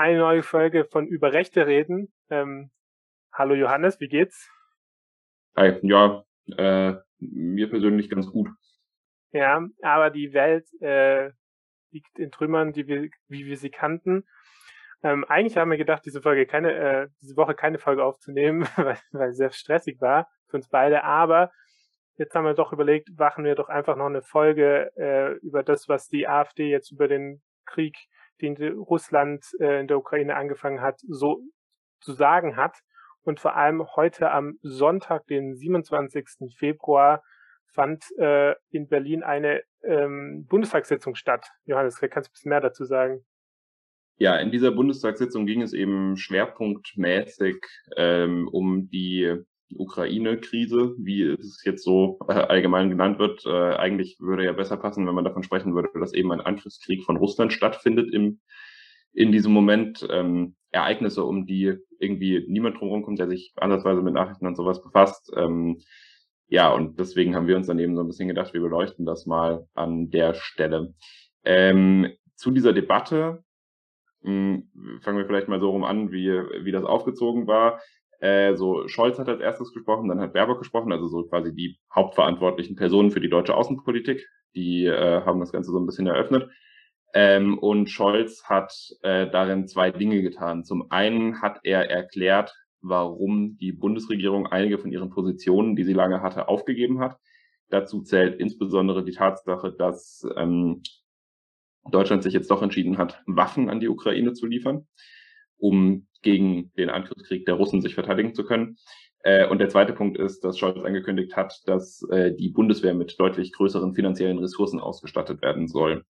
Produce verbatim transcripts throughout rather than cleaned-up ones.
eine neue Folge von Über Rechte reden. Ähm, hallo Johannes, wie geht's? Hi, ja, äh, mir persönlich ganz gut. Ja, aber die Welt äh, liegt in Trümmern, die wir, wie wir sie kannten. Ähm, eigentlich haben wir gedacht, diese Folge keine, äh, diese Woche keine Folge aufzunehmen, weil, weil es sehr stressig war für uns beide. Aber jetzt haben wir doch überlegt, machen wir doch einfach noch eine Folge äh, über das, was die AfD jetzt über den Krieg, den die Russland äh, in der Ukraine angefangen hat, so zu sagen hat. Und vor allem heute am Sonntag, den siebenundzwanzigsten Februar, fand äh, in Berlin eine ähm, Bundestagssitzung statt. Johannes, kannst du ein bisschen mehr dazu sagen? Ja, in dieser Bundestagssitzung ging es eben schwerpunktmäßig ähm, um die Ukraine-Krise, wie es jetzt so äh, allgemein genannt wird. Äh, eigentlich würde ja besser passen, wenn man davon sprechen würde, dass eben ein Angriffskrieg von Russland stattfindet im, in diesem Moment. Ähm, Ereignisse, um die irgendwie niemand drumherum kommt, der sich ansatzweise mit Nachrichten und sowas befasst. Ähm, ja, und deswegen haben wir uns dann eben so ein bisschen gedacht, wir beleuchten das mal an der Stelle. Ähm, zu dieser Debatte mh, fangen wir vielleicht mal so rum an, wie, wie das aufgezogen war. Äh, so Scholz hat als erstes gesprochen, dann hat Baerbock gesprochen, also so quasi die hauptverantwortlichen Personen für die deutsche Außenpolitik. Die äh, haben das Ganze so ein bisschen eröffnet. Ähm, und Scholz hat äh, darin zwei Dinge getan. Zum einen hat er erklärt, warum die Bundesregierung einige von ihren Positionen, die sie lange hatte, aufgegeben hat. Dazu zählt insbesondere die Tatsache, dass ähm, Deutschland sich jetzt doch entschieden hat, Waffen an die Ukraine zu liefern, um gegen den Angriffskrieg der Russen sich verteidigen zu können. Äh, und der zweite Punkt ist, dass Scholz angekündigt hat, dass äh, die Bundeswehr mit deutlich größeren finanziellen Ressourcen ausgestattet werden soll.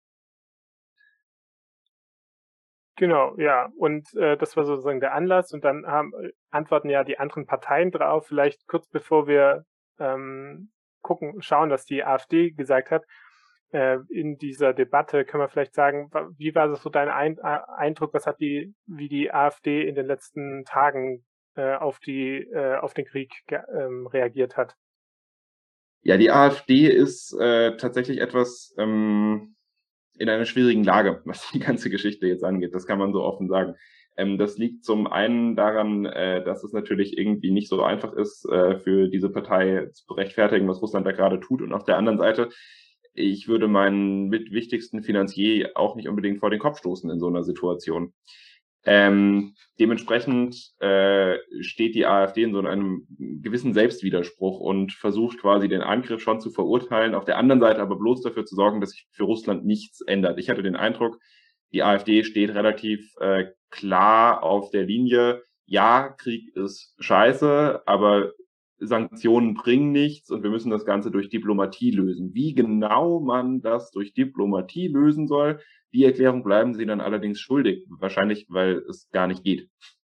Genau, ja. Und äh, das war sozusagen der Anlass. Und dann haben, äh, antworten ja die anderen Parteien drauf. Vielleicht kurz bevor wir ähm, gucken, schauen, was die AfD gesagt hat. Äh, in dieser Debatte können wir vielleicht sagen, wa- wie war das so dein Ein äh, Eindruck? Was hat die, wie die AfD in den letzten Tagen äh, auf die, äh, auf den Krieg ge- ähm, reagiert hat? Ja, die AfD ist äh, tatsächlich etwas ähm, in einer schwierigen Lage, was die ganze Geschichte jetzt angeht. Das kann man so offen sagen. Ähm, das liegt zum einen daran, äh, dass es natürlich irgendwie nicht so einfach ist, äh, für diese Partei zu rechtfertigen, was Russland da gerade tut. Und auf der anderen Seite, ich würde meinen mit wichtigsten Finanzier auch nicht unbedingt vor den Kopf stoßen in so einer Situation. Ähm, dementsprechend äh, steht die AfD in so einem gewissen Selbstwiderspruch und versucht quasi den Angriff schon zu verurteilen, auf der anderen Seite aber bloß dafür zu sorgen, dass sich für Russland nichts ändert. Ich hatte den Eindruck, die AfD steht relativ äh, klar auf der Linie, ja, Krieg ist scheiße, aber Sanktionen bringen nichts und wir müssen das Ganze durch Diplomatie lösen. Wie genau man das durch Diplomatie lösen soll, die Erklärung bleiben sie dann allerdings schuldig, wahrscheinlich, weil es gar nicht geht.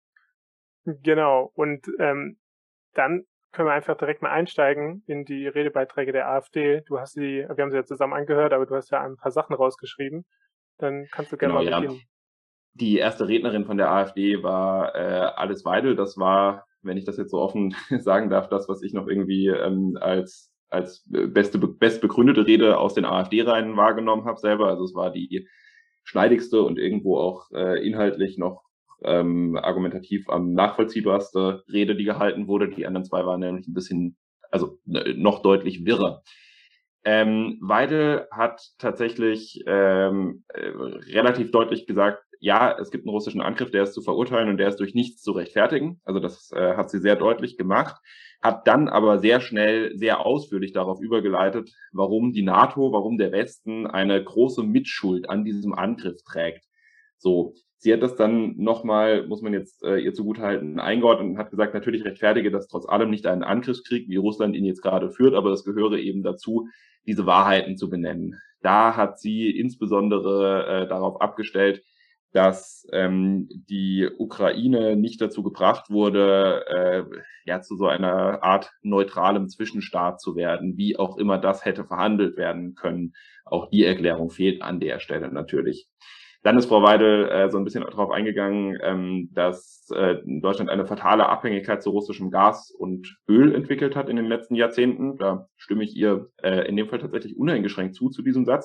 Genau. Und ähm, dann können wir einfach direkt mal einsteigen in die Redebeiträge der AfD. Du hast sie, wir haben sie ja zusammen angehört, aber du hast ja ein paar Sachen rausgeschrieben. Dann kannst du gerne Genau, mal ja. beginnen. Die erste Rednerin von der AfD war äh, Alice Weidel. Das war, wenn ich das jetzt so offen sagen darf, das, was ich noch irgendwie ähm, als als beste bestbegründete Rede aus den AfD-Reihen wahrgenommen habe selber. Also es war die schneidigste und irgendwo auch äh, inhaltlich noch ähm, argumentativ am nachvollziehbarste Rede, die gehalten wurde. Die anderen zwei waren nämlich ein bisschen, also noch deutlich wirrer. Ähm, Weidel hat tatsächlich ähm, äh, relativ deutlich gesagt, ja, es gibt einen russischen Angriff, der ist zu verurteilen und der ist durch nichts zu rechtfertigen. Also das äh, hat sie sehr deutlich gemacht, hat dann aber sehr schnell, sehr ausführlich darauf übergeleitet, warum die NATO, warum der Westen eine große Mitschuld an diesem Angriff trägt. So, sie hat das dann nochmal, muss man jetzt äh, ihr zugutehalten, eingeordnet und hat gesagt, natürlich rechtfertige das trotz allem nicht einen Angriffskrieg, wie Russland ihn jetzt gerade führt, aber es gehöre eben dazu, diese Wahrheiten zu benennen. Da hat sie insbesondere äh, darauf abgestellt, dass ähm, die Ukraine nicht dazu gebracht wurde, äh, ja, zu so einer Art neutralem Zwischenstaat zu werden, wie auch immer das hätte verhandelt werden können. Auch die Erklärung fehlt an der Stelle natürlich. Dann ist Frau Weidel äh, so ein bisschen darauf eingegangen, ähm, dass äh, Deutschland eine fatale Abhängigkeit zu russischem Gas und Öl entwickelt hat in den letzten Jahrzehnten. Da stimme ich ihr äh, in dem Fall tatsächlich uneingeschränkt zu, zu diesem Satz.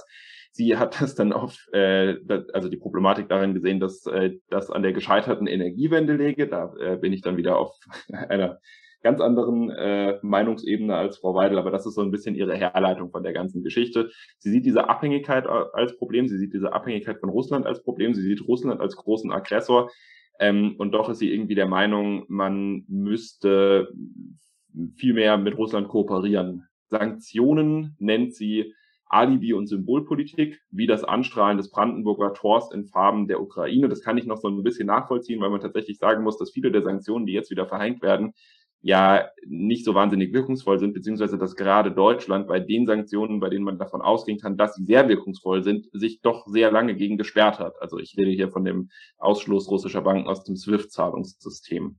Sie hat das dann auf, äh, das, also die Problematik darin gesehen, dass äh, das an der gescheiterten Energiewende läge. Da äh, bin ich dann wieder auf einer ganz anderen äh, Meinungsebene als Frau Weidel, aber das ist so ein bisschen ihre Herleitung von der ganzen Geschichte. Sie sieht diese Abhängigkeit als Problem, sie sieht diese Abhängigkeit von Russland als Problem, sie sieht Russland als großen Aggressor, ähm, und doch ist sie irgendwie der Meinung, man müsste viel mehr mit Russland kooperieren. Sanktionen nennt sie Alibi- und Symbolpolitik, wie das Anstrahlen des Brandenburger Tors in Farben der Ukraine. Das kann ich noch so ein bisschen nachvollziehen, weil man tatsächlich sagen muss, dass viele der Sanktionen, die jetzt wieder verhängt werden, ja nicht so wahnsinnig wirkungsvoll sind, beziehungsweise dass gerade Deutschland bei den Sanktionen, bei denen man davon ausgehen kann, dass sie sehr wirkungsvoll sind, sich doch sehr lange gegen gesperrt hat. Also ich rede hier von dem Ausschluss russischer Banken aus dem SWIFT-Zahlungssystem.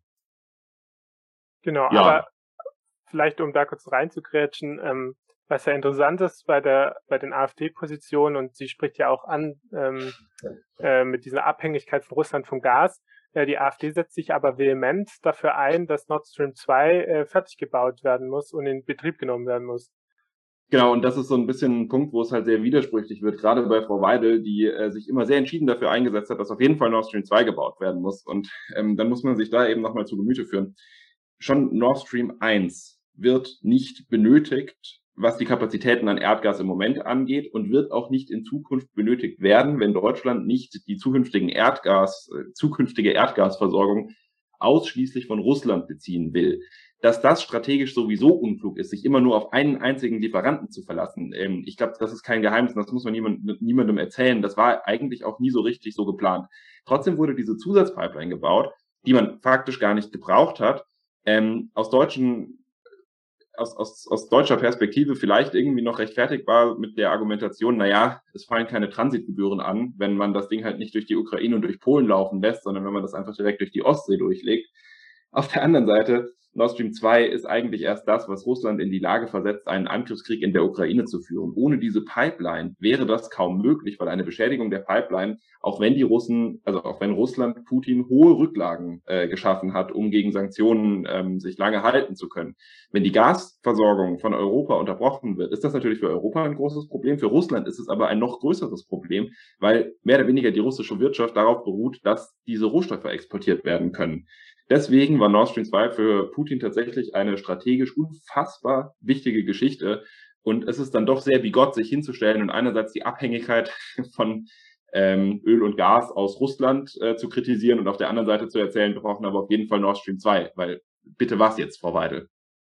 Genau, Ja. aber vielleicht, um da kurz reinzugrätschen, ähm, was ja interessant ist bei der bei den AfD-Positionen, und sie spricht ja auch an ähm, äh, mit dieser Abhängigkeit von Russland vom Gas. Äh, die AfD setzt sich aber vehement dafür ein, dass Nord Stream zwei äh, fertig gebaut werden muss und in Betrieb genommen werden muss. Genau, und das ist so ein bisschen ein Punkt, wo es halt sehr widersprüchlich wird, gerade bei Frau Weidel, die äh, sich immer sehr entschieden dafür eingesetzt hat, dass auf jeden Fall Nord Stream zwei gebaut werden muss. Und ähm, dann muss man sich da eben nochmal zu Gemüte führen. Schon Nord Stream eins wird nicht benötigt, was die Kapazitäten an Erdgas im Moment angeht, und wird auch nicht in Zukunft benötigt werden, wenn Deutschland nicht die zukünftigen Erdgas, äh, zukünftige Erdgasversorgung ausschließlich von Russland beziehen will. Dass das strategisch sowieso unklug ist, sich immer nur auf einen einzigen Lieferanten zu verlassen. Ähm, ich glaube, das ist kein Geheimnis, das muss man niemand, niemandem erzählen. Das war eigentlich auch nie so richtig so geplant. Trotzdem wurde diese Zusatzpipeline gebaut, die man faktisch gar nicht gebraucht hat, ähm, aus deutschen Aus, aus, aus deutscher Perspektive vielleicht irgendwie noch rechtfertigbar mit der Argumentation, naja, es fallen keine Transitgebühren an, wenn man das Ding halt nicht durch die Ukraine und durch Polen laufen lässt, sondern wenn man das einfach direkt durch die Ostsee durchlegt. Auf der anderen Seite, Nord Stream zwei ist eigentlich erst das, was Russland in die Lage versetzt, einen Angriffskrieg in der Ukraine zu führen. Ohne diese Pipeline wäre das kaum möglich, weil eine Beschädigung der Pipeline, auch wenn die Russen, also auch wenn Russland Putin hohe Rücklagen äh, geschaffen hat, um gegen Sanktionen ähm, sich lange halten zu können. Wenn die Gasversorgung von Europa unterbrochen wird, ist das natürlich für Europa ein großes Problem. Für Russland ist es aber ein noch größeres Problem, weil mehr oder weniger die russische Wirtschaft darauf beruht, dass diese Rohstoffe exportiert werden können. Deswegen war Nord Stream zwei für Putin tatsächlich eine strategisch unfassbar wichtige Geschichte. Und es ist dann doch sehr bigott, sich hinzustellen und einerseits die Abhängigkeit von ähm, Öl und Gas aus Russland äh, zu kritisieren und auf der anderen Seite zu erzählen, wir brauchen aber auf jeden Fall Nord Stream zwei, weil bitte was jetzt, Frau Weidel?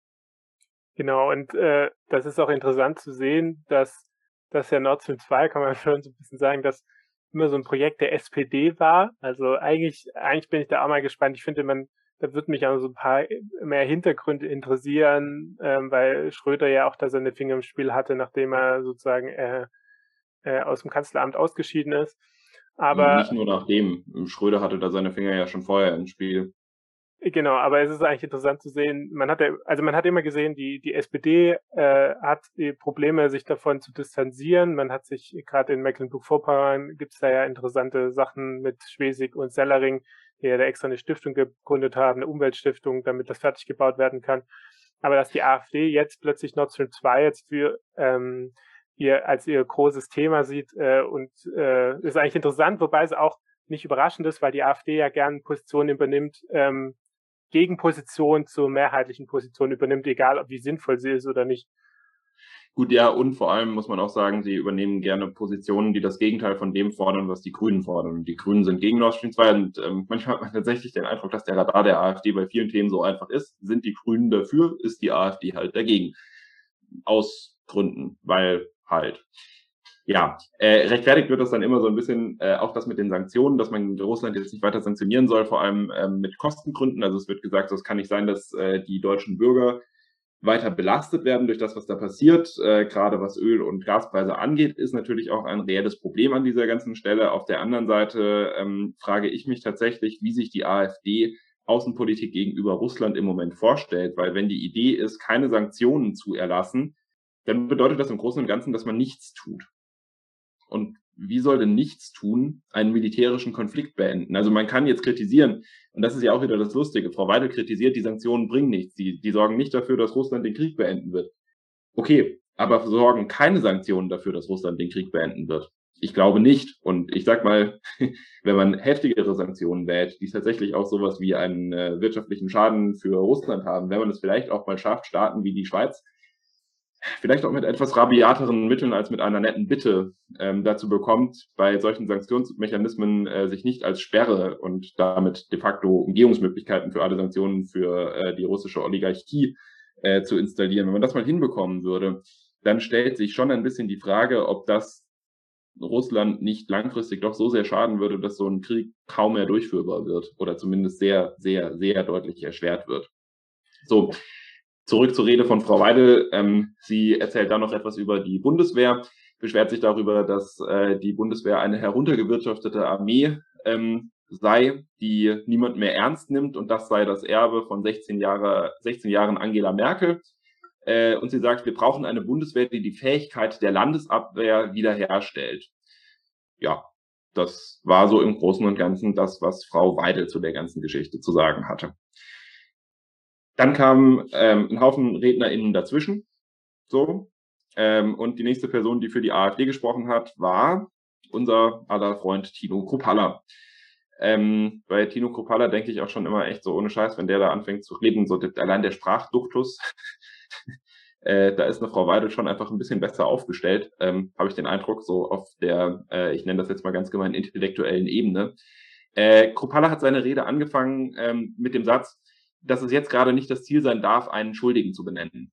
Genau, und äh, das ist auch interessant zu sehen, dass, dass ja Nord Stream zwei, kann man schon so ein bisschen sagen, dass immer so ein Projekt der S P D war. Also eigentlich, eigentlich bin ich da auch mal gespannt. Ich finde, man, da wird mich auch so ein paar mehr Hintergründe interessieren, ähm, weil Schröder ja auch da seine Finger im Spiel hatte, nachdem er sozusagen äh, äh, aus dem Kanzleramt ausgeschieden ist. Aber nicht nur nachdem. Schröder hatte da seine Finger ja schon vorher im Spiel. Genau, aber es ist eigentlich interessant zu sehen, man hat ja, also man hat immer gesehen, die, die S P D äh, hat die Probleme, sich davon zu distanzieren. Man hat sich, gerade in Mecklenburg-Vorpommern gibt es da ja interessante Sachen mit Schwesig und Sellering, die ja da extra eine Stiftung gegründet haben, eine Umweltstiftung, damit das fertig gebaut werden kann. Aber dass die AfD jetzt plötzlich Nord Stream zwei jetzt für ähm, ihr als ihr großes Thema sieht äh, und äh, ist eigentlich interessant, wobei es auch nicht überraschend ist, weil die AfD ja gern Positionen übernimmt, ähm, Gegenposition zur mehrheitlichen Position übernimmt, egal ob wie sinnvoll sie ist oder nicht. Gut, ja, und vor allem muss man auch sagen, sie übernehmen gerne Positionen, die das Gegenteil von dem fordern, was die Grünen fordern. Und die Grünen sind gegen Nord Stream zwei und ähm, manchmal hat man tatsächlich den Eindruck, dass der Radar der AfD bei vielen Themen so einfach ist. Sind die Grünen dafür, ist die AfD halt dagegen. Aus Gründen, weil halt. Ja, äh, rechtfertigt wird das dann immer so ein bisschen, äh, auch das mit den Sanktionen, dass man Russland jetzt nicht weiter sanktionieren soll, vor allem ähm, mit Kostengründen. Also es wird gesagt, es kann nicht sein, dass äh, die deutschen Bürger weiter belastet werden durch das, was da passiert. Äh, gerade was Öl- und Gaspreise angeht, ist natürlich auch ein reelles Problem an dieser ganzen Stelle. Auf der anderen Seite ähm, frage ich mich tatsächlich, wie sich die AfD Außenpolitik gegenüber Russland im Moment vorstellt, weil wenn die Idee ist, keine Sanktionen zu erlassen, dann bedeutet das im Großen und Ganzen, dass man nichts tut. Und wie soll denn nichts tun einen militärischen Konflikt beenden? Also man kann jetzt kritisieren, und das ist ja auch wieder das Lustige, Frau Weidel kritisiert, die Sanktionen bringen nichts, die, die sorgen nicht dafür, dass Russland den Krieg beenden wird. Okay, aber sorgen keine Sanktionen dafür, dass Russland den Krieg beenden wird. Ich glaube nicht. Und ich sag mal, wenn man heftigere Sanktionen wählt, die tatsächlich auch sowas wie einen äh, wirtschaftlichen Schaden für Russland haben, wenn man es vielleicht auch mal schafft, Staaten wie die Schweiz, vielleicht auch mit etwas rabiateren Mitteln als mit einer netten Bitte ähm, dazu bekommt, bei solchen Sanktionsmechanismen äh, sich nicht als Sperre und damit de facto Umgehungsmöglichkeiten für alle Sanktionen für äh, die russische Oligarchie äh, zu installieren. Wenn man das mal hinbekommen würde, dann stellt sich schon ein bisschen die Frage, ob das Russland nicht langfristig doch so sehr schaden würde, dass so ein Krieg kaum mehr durchführbar wird oder zumindest sehr, sehr, sehr deutlich erschwert wird. So, zurück zur Rede von Frau Weidel. Ähm, sie erzählt dann noch etwas über die Bundeswehr, beschwert sich darüber, dass äh, die Bundeswehr eine heruntergewirtschaftete Armee ähm, sei, die niemand mehr ernst nimmt, und das sei das Erbe von sechzehn, Jahre, sechzehn Jahren Angela Merkel. Äh, und sie sagt, wir brauchen eine Bundeswehr, die die Fähigkeit der Landesabwehr wiederherstellt. Ja, das war so im Großen und Ganzen das, was Frau Weidel zu der ganzen Geschichte zu sagen hatte. Dann kam ähm, ein Haufen RednerInnen dazwischen. So. Ähm, und die nächste Person, die für die AfD gesprochen hat, war unser aller Freund Tino Kruppalla. Ähm, bei Tino Kruppalla denke ich auch schon immer echt so ohne Scheiß, wenn der da anfängt zu reden, so allein der Sprachduktus, äh, da ist eine Frau Weidel schon einfach ein bisschen besser aufgestellt, ähm, habe ich den Eindruck, so auf der, äh, ich nenne das jetzt mal ganz gemein, intellektuellen Ebene. Äh, Kruppalla hat seine Rede angefangen ähm, mit dem Satz, dass es jetzt gerade nicht das Ziel sein darf, einen Schuldigen zu benennen.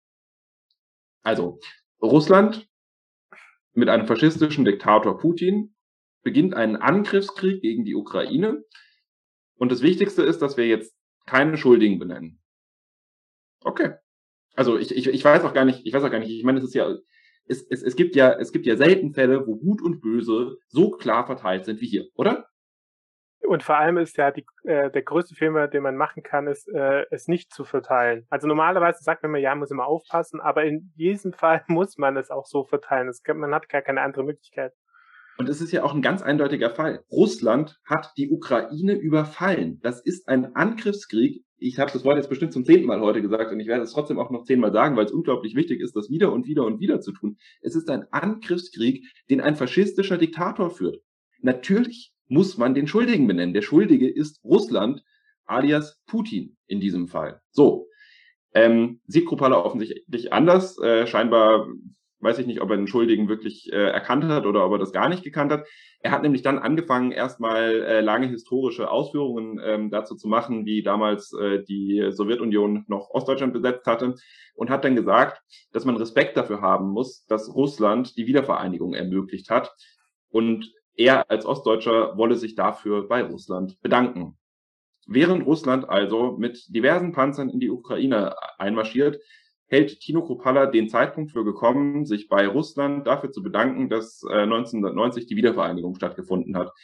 Also, Russland mit einem faschistischen Diktator Putin beginnt einen Angriffskrieg gegen die Ukraine. Und das Wichtigste ist, dass wir jetzt keine Schuldigen benennen. Okay. Also ich, ich, ich weiß auch gar nicht, ich weiß auch gar nicht, ich meine, es ist ja, es, es, es gibt ja, es gibt ja selten Fälle, wo Gut und Böse so klar verteilt sind wie hier, oder? Und vor allem ist ja die, äh, der größte Fehler, den man machen kann, ist, äh, es nicht zu verteilen. Also normalerweise sagt man immer, ja, muss immer aufpassen, aber in diesem Fall muss man es auch so verteilen. Es kann, man hat gar keine andere Möglichkeit. Und es ist ja auch ein ganz eindeutiger Fall. Russland hat die Ukraine überfallen. Das ist ein Angriffskrieg. Ich habe das Wort jetzt bestimmt zum zehnten Mal heute gesagt und ich werde es trotzdem auch noch zehnmal sagen, weil es unglaublich wichtig ist, das wieder und wieder und wieder zu tun. Es ist ein Angriffskrieg, den ein faschistischer Diktator führt. Natürlich muss man den Schuldigen benennen. Der Schuldige ist Russland, alias Putin in diesem Fall. So, ähm, sieht Kruppalla offensichtlich anders. Äh, scheinbar weiß ich nicht, ob er den Schuldigen wirklich äh, erkannt hat oder ob er das gar nicht gekannt hat. Er hat nämlich dann angefangen, erstmal äh, lange historische Ausführungen ähm, dazu zu machen, wie damals äh, die Sowjetunion noch Ostdeutschland besetzt hatte, und hat dann gesagt, dass man Respekt dafür haben muss, dass Russland die Wiedervereinigung ermöglicht hat. Und er als Ostdeutscher wolle sich dafür bei Russland bedanken. Während Russland also mit diversen Panzern in die Ukraine einmarschiert, hält Tino Kruppalla den Zeitpunkt für gekommen, sich bei Russland dafür zu bedanken, dass äh, neunzehnhundertneunzig die Wiedervereinigung stattgefunden hat.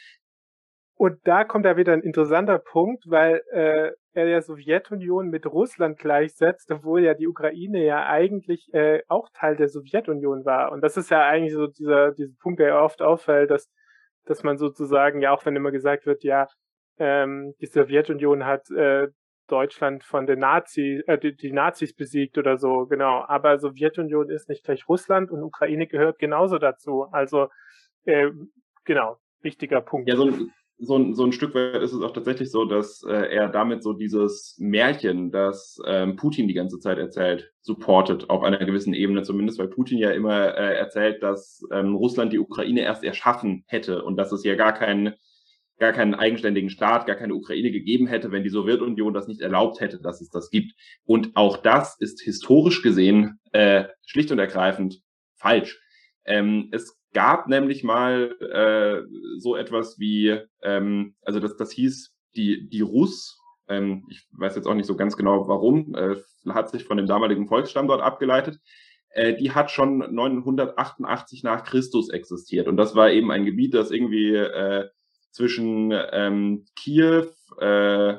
Und da kommt da wieder ein interessanter Punkt, weil äh, er der Sowjetunion mit Russland gleichsetzt, obwohl ja die Ukraine ja eigentlich äh, auch Teil der Sowjetunion war. Und das ist ja eigentlich so dieser, dieser Punkt, der ja oft auffällt, dass, dass man sozusagen, ja auch wenn immer gesagt wird, ja, ähm, die Sowjetunion hat äh, Deutschland von den Nazis, äh, die, die Nazis besiegt oder so, genau. Aber Sowjetunion ist nicht gleich Russland und Ukraine gehört genauso dazu. Also, äh, genau, wichtiger Punkt. Ja, so ein, so ein, so ein Stück weit ist es auch tatsächlich so, dass äh, er damit so dieses Märchen, das ähm, Putin die ganze Zeit erzählt, supportet, auf einer gewissen Ebene zumindest, weil Putin ja immer äh, erzählt, dass ähm, Russland die Ukraine erst erschaffen hätte und dass es ja gar keinen gar keinen eigenständigen Staat, gar keine Ukraine gegeben hätte, wenn die Sowjetunion das nicht erlaubt hätte, dass es das gibt. Und auch das ist historisch gesehen äh, schlicht und ergreifend falsch. Ähm, es gab nämlich mal äh, so etwas wie, ähm, also das, das hieß die, die Rus, ähm, ich weiß jetzt auch nicht so ganz genau warum, äh, hat sich von dem damaligen Volksstamm dort abgeleitet. Äh, die hat schon neunhundertachtundachtzig nach Christus existiert. Und das war eben ein Gebiet, das irgendwie äh, zwischen ähm, Kiew, äh,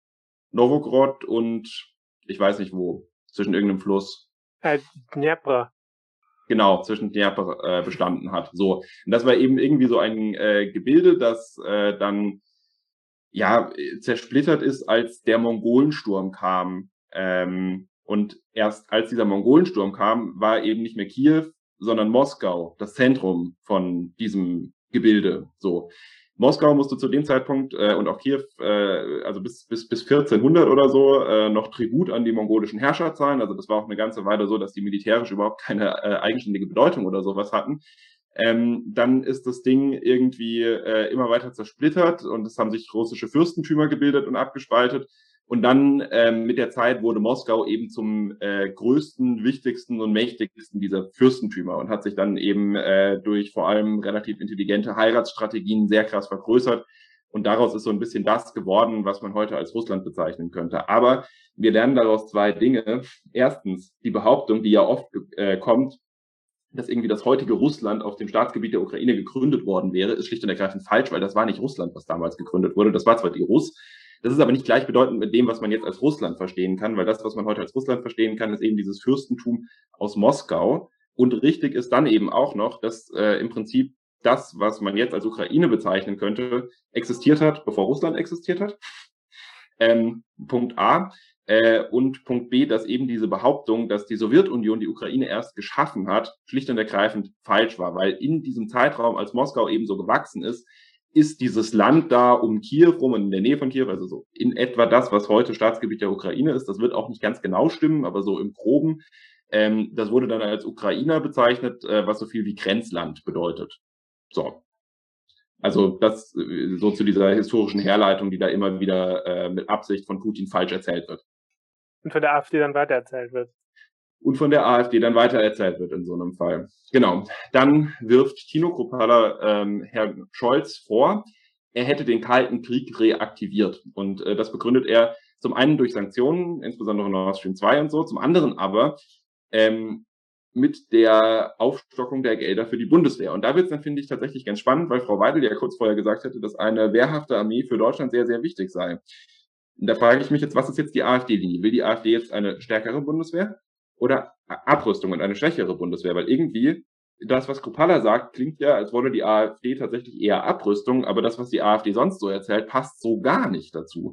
Novgorod und ich weiß nicht wo, zwischen irgendeinem Fluss. Äh, Dnepr. Genau, zwischen Dnepr äh, bestanden hat. So, und das war eben irgendwie so ein äh, Gebilde, das äh, dann ja zersplittert ist, als der Mongolensturm kam. Ähm, Und erst als dieser Mongolensturm kam, war eben nicht mehr Kiew, sondern Moskau das Zentrum von diesem Gebilde. So. Moskau musste zu dem Zeitpunkt äh, und auch Kiew, äh, also bis, bis, bis vierzehnhundert oder so, äh, noch Tribut an die mongolischen Herrscher zahlen. Also das war auch eine ganze Weile so, dass die militärisch überhaupt keine äh, eigenständige Bedeutung oder sowas hatten. Ähm, dann ist das Ding irgendwie äh, immer weiter zersplittert und es haben sich russische Fürstentümer gebildet und abgespaltet. Und dann ähm, mit der Zeit wurde Moskau eben zum äh, größten, wichtigsten und mächtigsten dieser Fürstentümer und hat sich dann eben äh, durch vor allem relativ intelligente Heiratsstrategien sehr krass vergrößert. Und daraus ist so ein bisschen das geworden, was man heute als Russland bezeichnen könnte. Aber wir lernen daraus zwei Dinge. Erstens, die Behauptung, die ja oft äh, kommt, dass irgendwie das heutige Russland auf dem Staatsgebiet der Ukraine gegründet worden wäre, ist schlicht und ergreifend falsch, weil das war nicht Russland, was damals gegründet wurde. Das war zwar die Russ, das ist aber nicht gleichbedeutend mit dem, was man jetzt als Russland verstehen kann, weil das, was man heute als Russland verstehen kann, ist eben dieses Fürstentum aus Moskau. Und richtig ist dann eben auch noch, dass äh, im Prinzip das, was man jetzt als Ukraine bezeichnen könnte, existiert hat, bevor Russland existiert hat. Ähm, Punkt A. Äh, und Punkt B, dass eben diese Behauptung, dass die Sowjetunion die Ukraine erst geschaffen hat, schlicht und ergreifend falsch war, weil in diesem Zeitraum, als Moskau eben so gewachsen ist, ist dieses Land da um Kiew rum und in der Nähe von Kiew, also so in etwa das, was heute Staatsgebiet der Ukraine ist. Das wird auch nicht ganz genau stimmen, aber so im Groben. Ähm, das wurde dann als Ukrainer bezeichnet, äh, was so viel wie Grenzland bedeutet. So. Also das äh, so zu dieser historischen Herleitung, die da immer wieder äh, mit Absicht von Putin falsch erzählt wird. Und von der AfD dann weitererzählt wird. Und von der AfD dann weitererzählt wird in so einem Fall. Genau. Dann wirft Tino Kruppalla ähm, Herrn Scholz vor, er hätte den Kalten Krieg reaktiviert. Und äh, das begründet er zum einen durch Sanktionen, insbesondere Nord Stream zwei und so, zum anderen aber ähm, mit der Aufstockung der Gelder für die Bundeswehr. Und da wird es dann, finde ich, tatsächlich ganz spannend, weil Frau Weidel ja kurz vorher gesagt hätte, dass eine wehrhafte Armee für Deutschland sehr, sehr wichtig sei. Und da frage ich mich jetzt, was ist jetzt die AfD-Linie? Will die AfD jetzt eine stärkere Bundeswehr oder Abrüstung und eine schwächere Bundeswehr? Weil irgendwie das, was Kruppalla sagt, klingt ja, als wolle die AfD tatsächlich eher Abrüstung, aber das, was die AfD sonst so erzählt, passt so gar nicht dazu.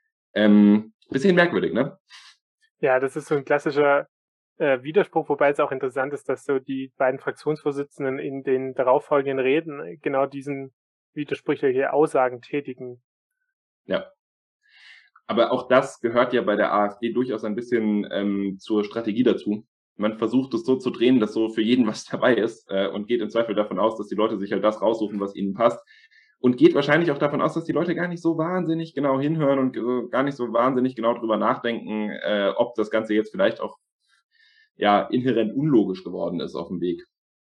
Ähm, bisschen merkwürdig, ne? Ja, das ist so ein klassischer äh, Widerspruch, wobei es auch interessant ist, dass so die beiden Fraktionsvorsitzenden in den darauffolgenden Reden genau diesen widersprüchliche Aussagen tätigen. Ja. Aber auch das gehört ja bei der AfD durchaus ein bisschen ähm, zur Strategie dazu. Man versucht es so zu drehen, dass so für jeden was dabei ist äh, und geht im Zweifel davon aus, dass die Leute sich halt das raussuchen, was ihnen passt. Und geht wahrscheinlich auch davon aus, dass die Leute gar nicht so wahnsinnig genau hinhören und äh, gar nicht so wahnsinnig genau drüber nachdenken, äh, ob das Ganze jetzt vielleicht auch ja inhärent unlogisch geworden ist auf dem Weg.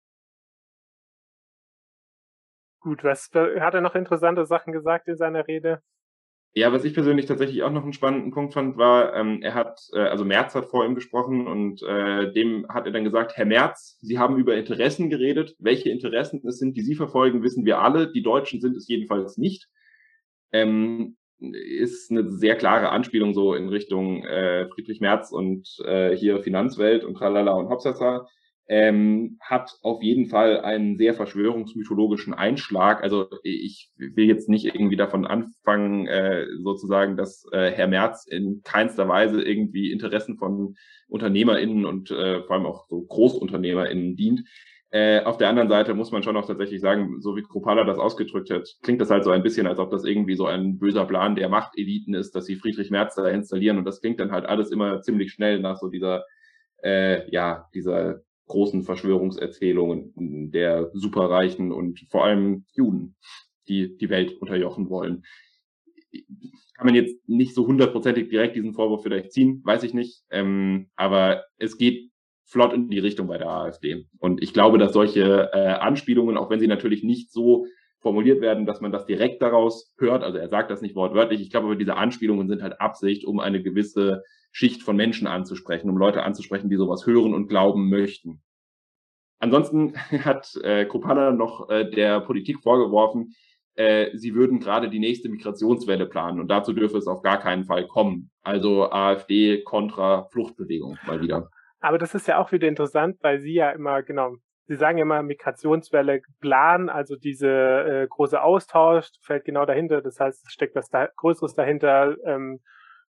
Gut, was hat er noch interessante Sachen gesagt in seiner Rede? Ja, was ich persönlich tatsächlich auch noch einen spannenden Punkt fand, war, ähm, er hat, äh, also Merz hat vor ihm gesprochen und äh, dem hat er dann gesagt, Herr Merz, Sie haben über Interessen geredet. Welche Interessen es sind, die Sie verfolgen, wissen wir alle. Die Deutschen sind es jedenfalls nicht. Ähm, ist eine sehr klare Anspielung so in Richtung äh, Friedrich Merz und äh, hier Finanzwelt und tralala und hopsasa. Ähm, hat auf jeden Fall einen sehr verschwörungsmythologischen Einschlag. Also ich will jetzt nicht irgendwie davon anfangen, äh, sozusagen, dass äh, Herr Merz in keinster Weise irgendwie Interessen von UnternehmerInnen und äh, vor allem auch so GroßunternehmerInnen dient. Äh, auf der anderen Seite muss man schon auch tatsächlich sagen, so wie Kruppalla das ausgedrückt hat, klingt das halt so ein bisschen, als ob das irgendwie so ein böser Plan der Machteliten ist, dass sie Friedrich Merz da installieren. Und das klingt dann halt alles immer ziemlich schnell nach so dieser, äh, ja, dieser großen Verschwörungserzählungen der Superreichen und vor allem Juden, die die Welt unterjochen wollen. Kann man jetzt nicht so hundertprozentig direkt diesen Vorwurf vielleicht ziehen, weiß ich nicht. Ähm, aber es geht flott in die Richtung bei der AfD. Und ich glaube, dass solche äh, Anspielungen, auch wenn sie natürlich nicht so formuliert werden, dass man das direkt daraus hört, also er sagt das nicht wortwörtlich, ich glaube aber diese Anspielungen sind halt Absicht, um eine gewisse Schicht von Menschen anzusprechen, um Leute anzusprechen, die sowas hören und glauben möchten. Ansonsten hat äh, Kruppalla noch äh, der Politik vorgeworfen, äh, sie würden gerade die nächste Migrationswelle planen und dazu dürfe es auf gar keinen Fall kommen. Also AfD kontra Fluchtbewegung mal wieder. Aber das ist ja auch wieder interessant, weil Sie ja immer, genau, Sie sagen ja immer Migrationswelle Plan, also diese äh, große Austausch fällt genau dahinter. Das heißt, es steckt was da, Größeres dahinter. Ähm,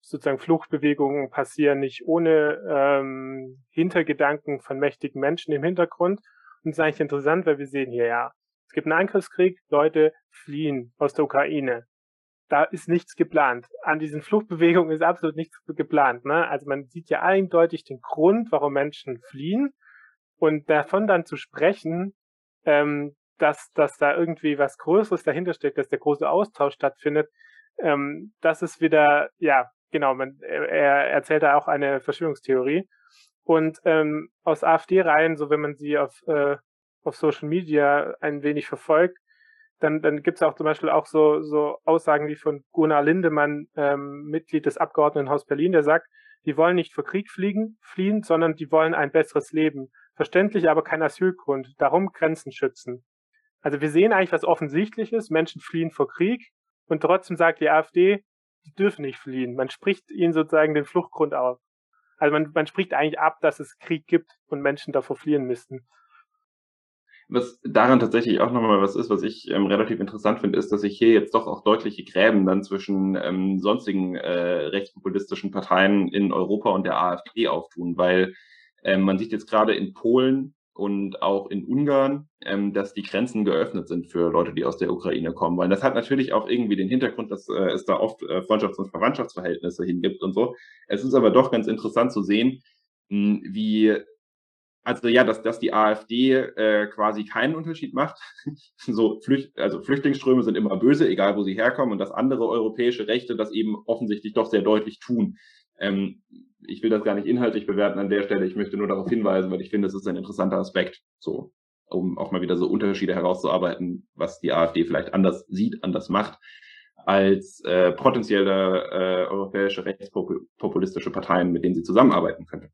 sozusagen Fluchtbewegungen passieren nicht ohne ähm, Hintergedanken von mächtigen Menschen im Hintergrund. Und das ist eigentlich interessant, weil wir sehen hier ja, es gibt einen Angriffskrieg, Leute fliehen aus der Ukraine. Da ist nichts geplant. An diesen Fluchtbewegungen ist absolut nichts geplant. Ne? Also man sieht ja eindeutig den Grund, warum Menschen fliehen. Und davon dann zu sprechen, ähm, dass, dass da irgendwie was Größeres dahinter steckt, dass der große Austausch stattfindet, ähm, das ist wieder, ja, genau, man, er erzählt da auch eine Verschwörungstheorie. Und ähm, aus AfD-Reihen, so wenn man sie auf, äh, auf Social Media ein wenig verfolgt, dann, dann gibt es auch zum Beispiel auch so, so Aussagen wie von Gunnar Lindemann, ähm, Mitglied des Abgeordnetenhaus Berlin, der sagt, die wollen nicht vor Krieg fliegen, fliehen, sondern die wollen ein besseres Leben. Verständlich, aber kein Asylgrund. Darum Grenzen schützen. Also wir sehen eigentlich was Offensichtliches. Menschen fliehen vor Krieg und trotzdem sagt die AfD, die dürfen nicht fliehen. Man spricht ihnen sozusagen den Fluchtgrund auf. Also man, man spricht eigentlich ab, dass es Krieg gibt und Menschen davor fliehen müssten. Was daran tatsächlich auch nochmal was ist, was ich ähm, relativ interessant finde, ist, dass sich hier jetzt doch auch deutliche Gräben dann zwischen ähm, sonstigen äh, rechtspopulistischen Parteien in Europa und der AfD auftun, weil ähm, man sieht jetzt gerade in Polen und auch in Ungarn, ähm, dass die Grenzen geöffnet sind für Leute, die aus der Ukraine kommen. Weil das hat natürlich auch irgendwie den Hintergrund, dass äh, es da oft äh, Freundschafts- und Verwandtschaftsverhältnisse hingibt und so. Es ist aber doch ganz interessant zu sehen, mh, wie Also ja, dass, dass die AfD äh, quasi keinen Unterschied macht. So Flücht, also Flüchtlingsströme sind immer böse, egal wo sie herkommen, und dass andere europäische Rechte das eben offensichtlich doch sehr deutlich tun. Ähm, ich will das gar nicht inhaltlich bewerten an der Stelle, ich möchte nur darauf hinweisen, weil ich finde, es ist ein interessanter Aspekt, so, um auch mal wieder so Unterschiede herauszuarbeiten, was die AfD vielleicht anders sieht, anders macht, als äh, potenzielle äh, europäische rechtspopulistische Parteien, mit denen sie zusammenarbeiten könnte.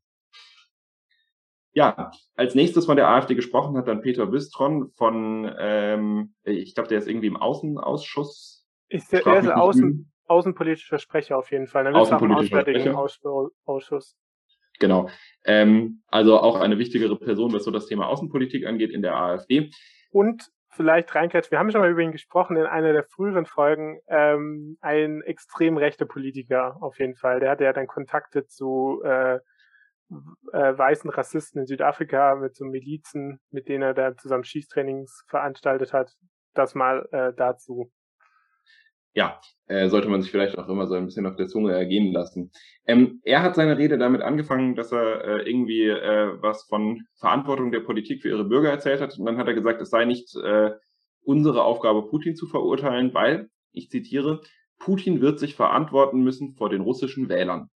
Ja, als nächstes von der AfD gesprochen hat dann Peter Wüstron von, ähm, ich glaube, der ist irgendwie im Außenausschuss. Ist der, er ist Außen, außenpolitischer Sprecher auf jeden Fall. Dann ist auch im Auswärtigen Ausschuss. Genau. Ähm, also auch eine wichtigere Person, was so das Thema Außenpolitik angeht in der AfD. Und vielleicht reinkatsch, wir haben schon mal über ihn gesprochen in einer der früheren Folgen, ähm, ein extrem rechter Politiker auf jeden Fall. Der hatte ja dann Kontakte zu äh, äh, weißen Rassisten in Südafrika mit so Milizen, mit denen er da zusammen Schießtrainings veranstaltet hat. Das mal äh, dazu. Ja, äh, sollte man sich vielleicht auch immer so ein bisschen auf der Zunge ergehen lassen. Ähm, er hat seine Rede damit angefangen, dass er äh, irgendwie äh, was von Verantwortung der Politik für ihre Bürger erzählt hat. Und dann hat er gesagt, es sei nicht äh, unsere Aufgabe, Putin zu verurteilen, weil, ich zitiere, Putin wird sich verantworten müssen vor den russischen Wählern.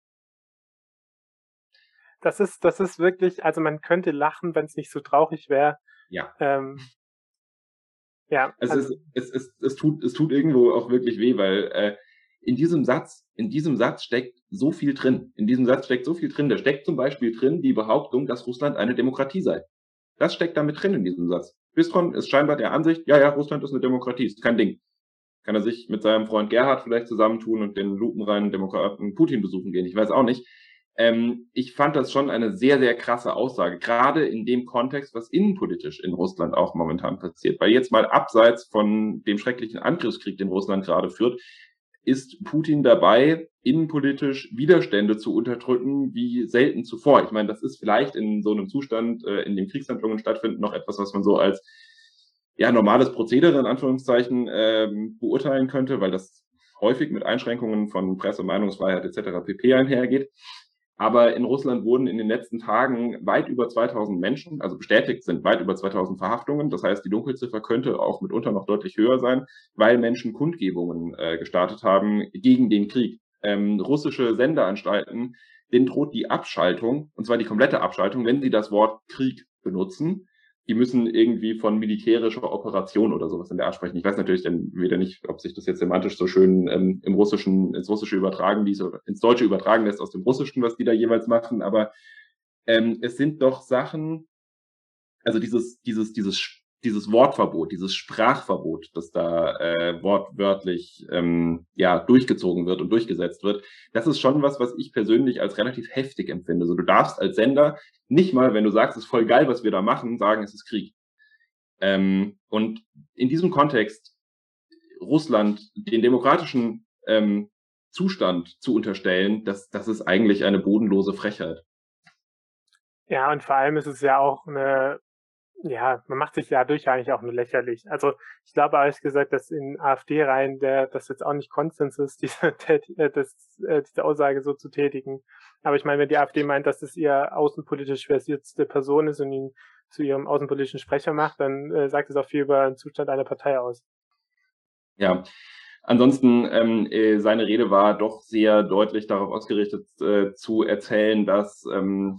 Das ist, das ist wirklich, also man könnte lachen, wenn es nicht so traurig wäre. Ja. Ähm, ja. Also, also es, es, es, es, tut, es tut irgendwo auch wirklich weh, weil äh, in diesem Satz, in diesem Satz steckt so viel drin. In diesem Satz steckt so viel drin. Da steckt zum Beispiel drin die Behauptung, dass Russland eine Demokratie sei. Das steckt damit drin in diesem Satz. Wüstron ist scheinbar der Ansicht, ja, ja, Russland ist eine Demokratie, ist kein Ding. Kann er sich mit seinem Freund Gerhard vielleicht zusammentun und den lupenreinen Demokraten Putin besuchen gehen? Ich weiß auch nicht. Ähm, ich fand das schon eine sehr, sehr krasse Aussage, gerade in dem Kontext, was innenpolitisch in Russland auch momentan passiert. Weil jetzt mal abseits von dem schrecklichen Angriffskrieg, den Russland gerade führt, ist Putin dabei, innenpolitisch Widerstände zu unterdrücken wie selten zuvor. Ich meine, das ist vielleicht in so einem Zustand, äh, in dem Kriegshandlungen stattfinden, noch etwas, was man so als ja normales Prozedere in Anführungszeichen ähm, beurteilen könnte, weil das häufig mit Einschränkungen von Presse, Meinungsfreiheit et cetera pp. Einhergeht. Aber in Russland wurden in den letzten Tagen weit über zweitausend Menschen, also bestätigt sind weit über zweitausend Verhaftungen. Das heißt, die Dunkelziffer könnte auch mitunter noch deutlich höher sein, weil Menschen Kundgebungen äh, gestartet haben gegen den Krieg. Ähm, russische Sendeanstalten, denen droht die Abschaltung, und zwar die komplette Abschaltung, wenn sie das Wort Krieg benutzen. Die müssen irgendwie von militärischer Operation oder sowas in der Art sprechen. Ich weiß natürlich dann wieder nicht, ob sich das jetzt semantisch so schön ähm, im Russischen, ins Russische übertragen ließ oder ins Deutsche übertragen lässt aus dem Russischen, was die da jeweils machen. Aber ähm, es sind doch Sachen, also dieses, dieses, dieses, dieses Wortverbot, dieses Sprachverbot, das da äh, wortwörtlich ähm, ja durchgezogen wird und durchgesetzt wird, das ist schon was, was ich persönlich als relativ heftig empfinde. Also du darfst als Sender nicht mal, wenn du sagst, es ist voll geil, was wir da machen, sagen, es ist Krieg. Ähm, und in diesem Kontext Russland den demokratischen ähm, Zustand zu unterstellen, das, das ist eigentlich eine bodenlose Frechheit. Ja, und vor allem ist es ja auch eine, ja, man macht sich dadurch eigentlich auch nur lächerlich. Also ich glaube ehrlich gesagt, dass in AfD-Reihen der das jetzt auch nicht Konsens ist, diese, Tät- äh, das, äh, diese Aussage so zu tätigen. Aber ich meine, wenn die AfD meint, dass es ihr außenpolitisch versierteste Person ist und ihn zu ihrem außenpolitischen Sprecher macht, dann äh, sagt es auch viel über den Zustand einer Partei aus. Ja, ansonsten, ähm, äh, seine Rede war doch sehr deutlich darauf ausgerichtet, äh, zu erzählen, dass ähm,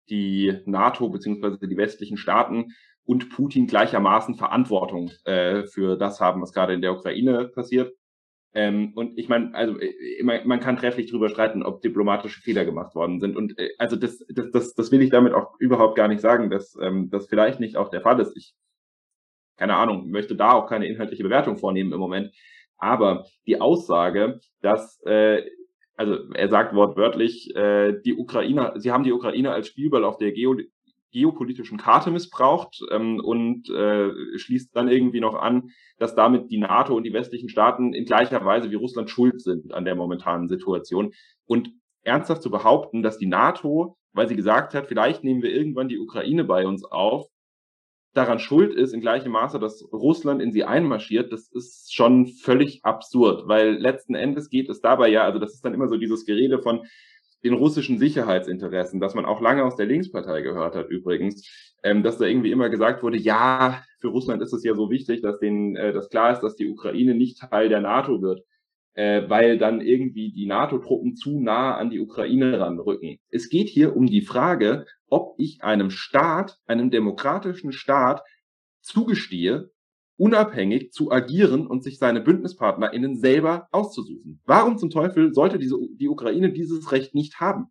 die NATO beziehungsweise die westlichen Staaten und Putin gleichermaßen Verantwortung äh, für das haben, was gerade in der Ukraine passiert. Ähm, und ich meine, also äh, man, man kann trefflich darüber streiten, ob diplomatische Fehler gemacht worden sind. Und äh, also das, das, das, das will ich damit auch überhaupt gar nicht sagen, dass ähm, das vielleicht nicht auch der Fall ist. Ich, keine Ahnung, möchte da auch keine inhaltliche Bewertung vornehmen im Moment. Aber die Aussage, dass, äh, also er sagt wortwörtlich, äh, die Ukrainer, sie haben die Ukraine als Spielball auf der Geo geopolitischen Karte missbraucht ähm, und äh, schließt dann irgendwie noch an, dass damit die NATO und die westlichen Staaten in gleicher Weise wie Russland schuld sind an der momentanen Situation. Und ernsthaft zu behaupten, dass die NATO, weil sie gesagt hat, vielleicht nehmen wir irgendwann die Ukraine bei uns auf, daran schuld ist in gleichem Maße, dass Russland in sie einmarschiert, das ist schon völlig absurd, weil letzten Endes geht es dabei ja, also das ist dann immer so dieses Gerede von den russischen Sicherheitsinteressen, das man auch lange aus der Linkspartei gehört hat übrigens, ähm, dass da irgendwie immer gesagt wurde, ja, für Russland ist es ja so wichtig, dass denen äh, das klar ist, dass die Ukraine nicht Teil der NATO wird, äh, weil dann irgendwie die NATO-Truppen zu nah an die Ukraine ranrücken. Es geht hier um die Frage, ob ich einem Staat, einem demokratischen Staat, zugestehe, unabhängig zu agieren und sich seine BündnispartnerInnen selber auszusuchen. Warum zum Teufel sollte diese, die Ukraine dieses Recht nicht haben?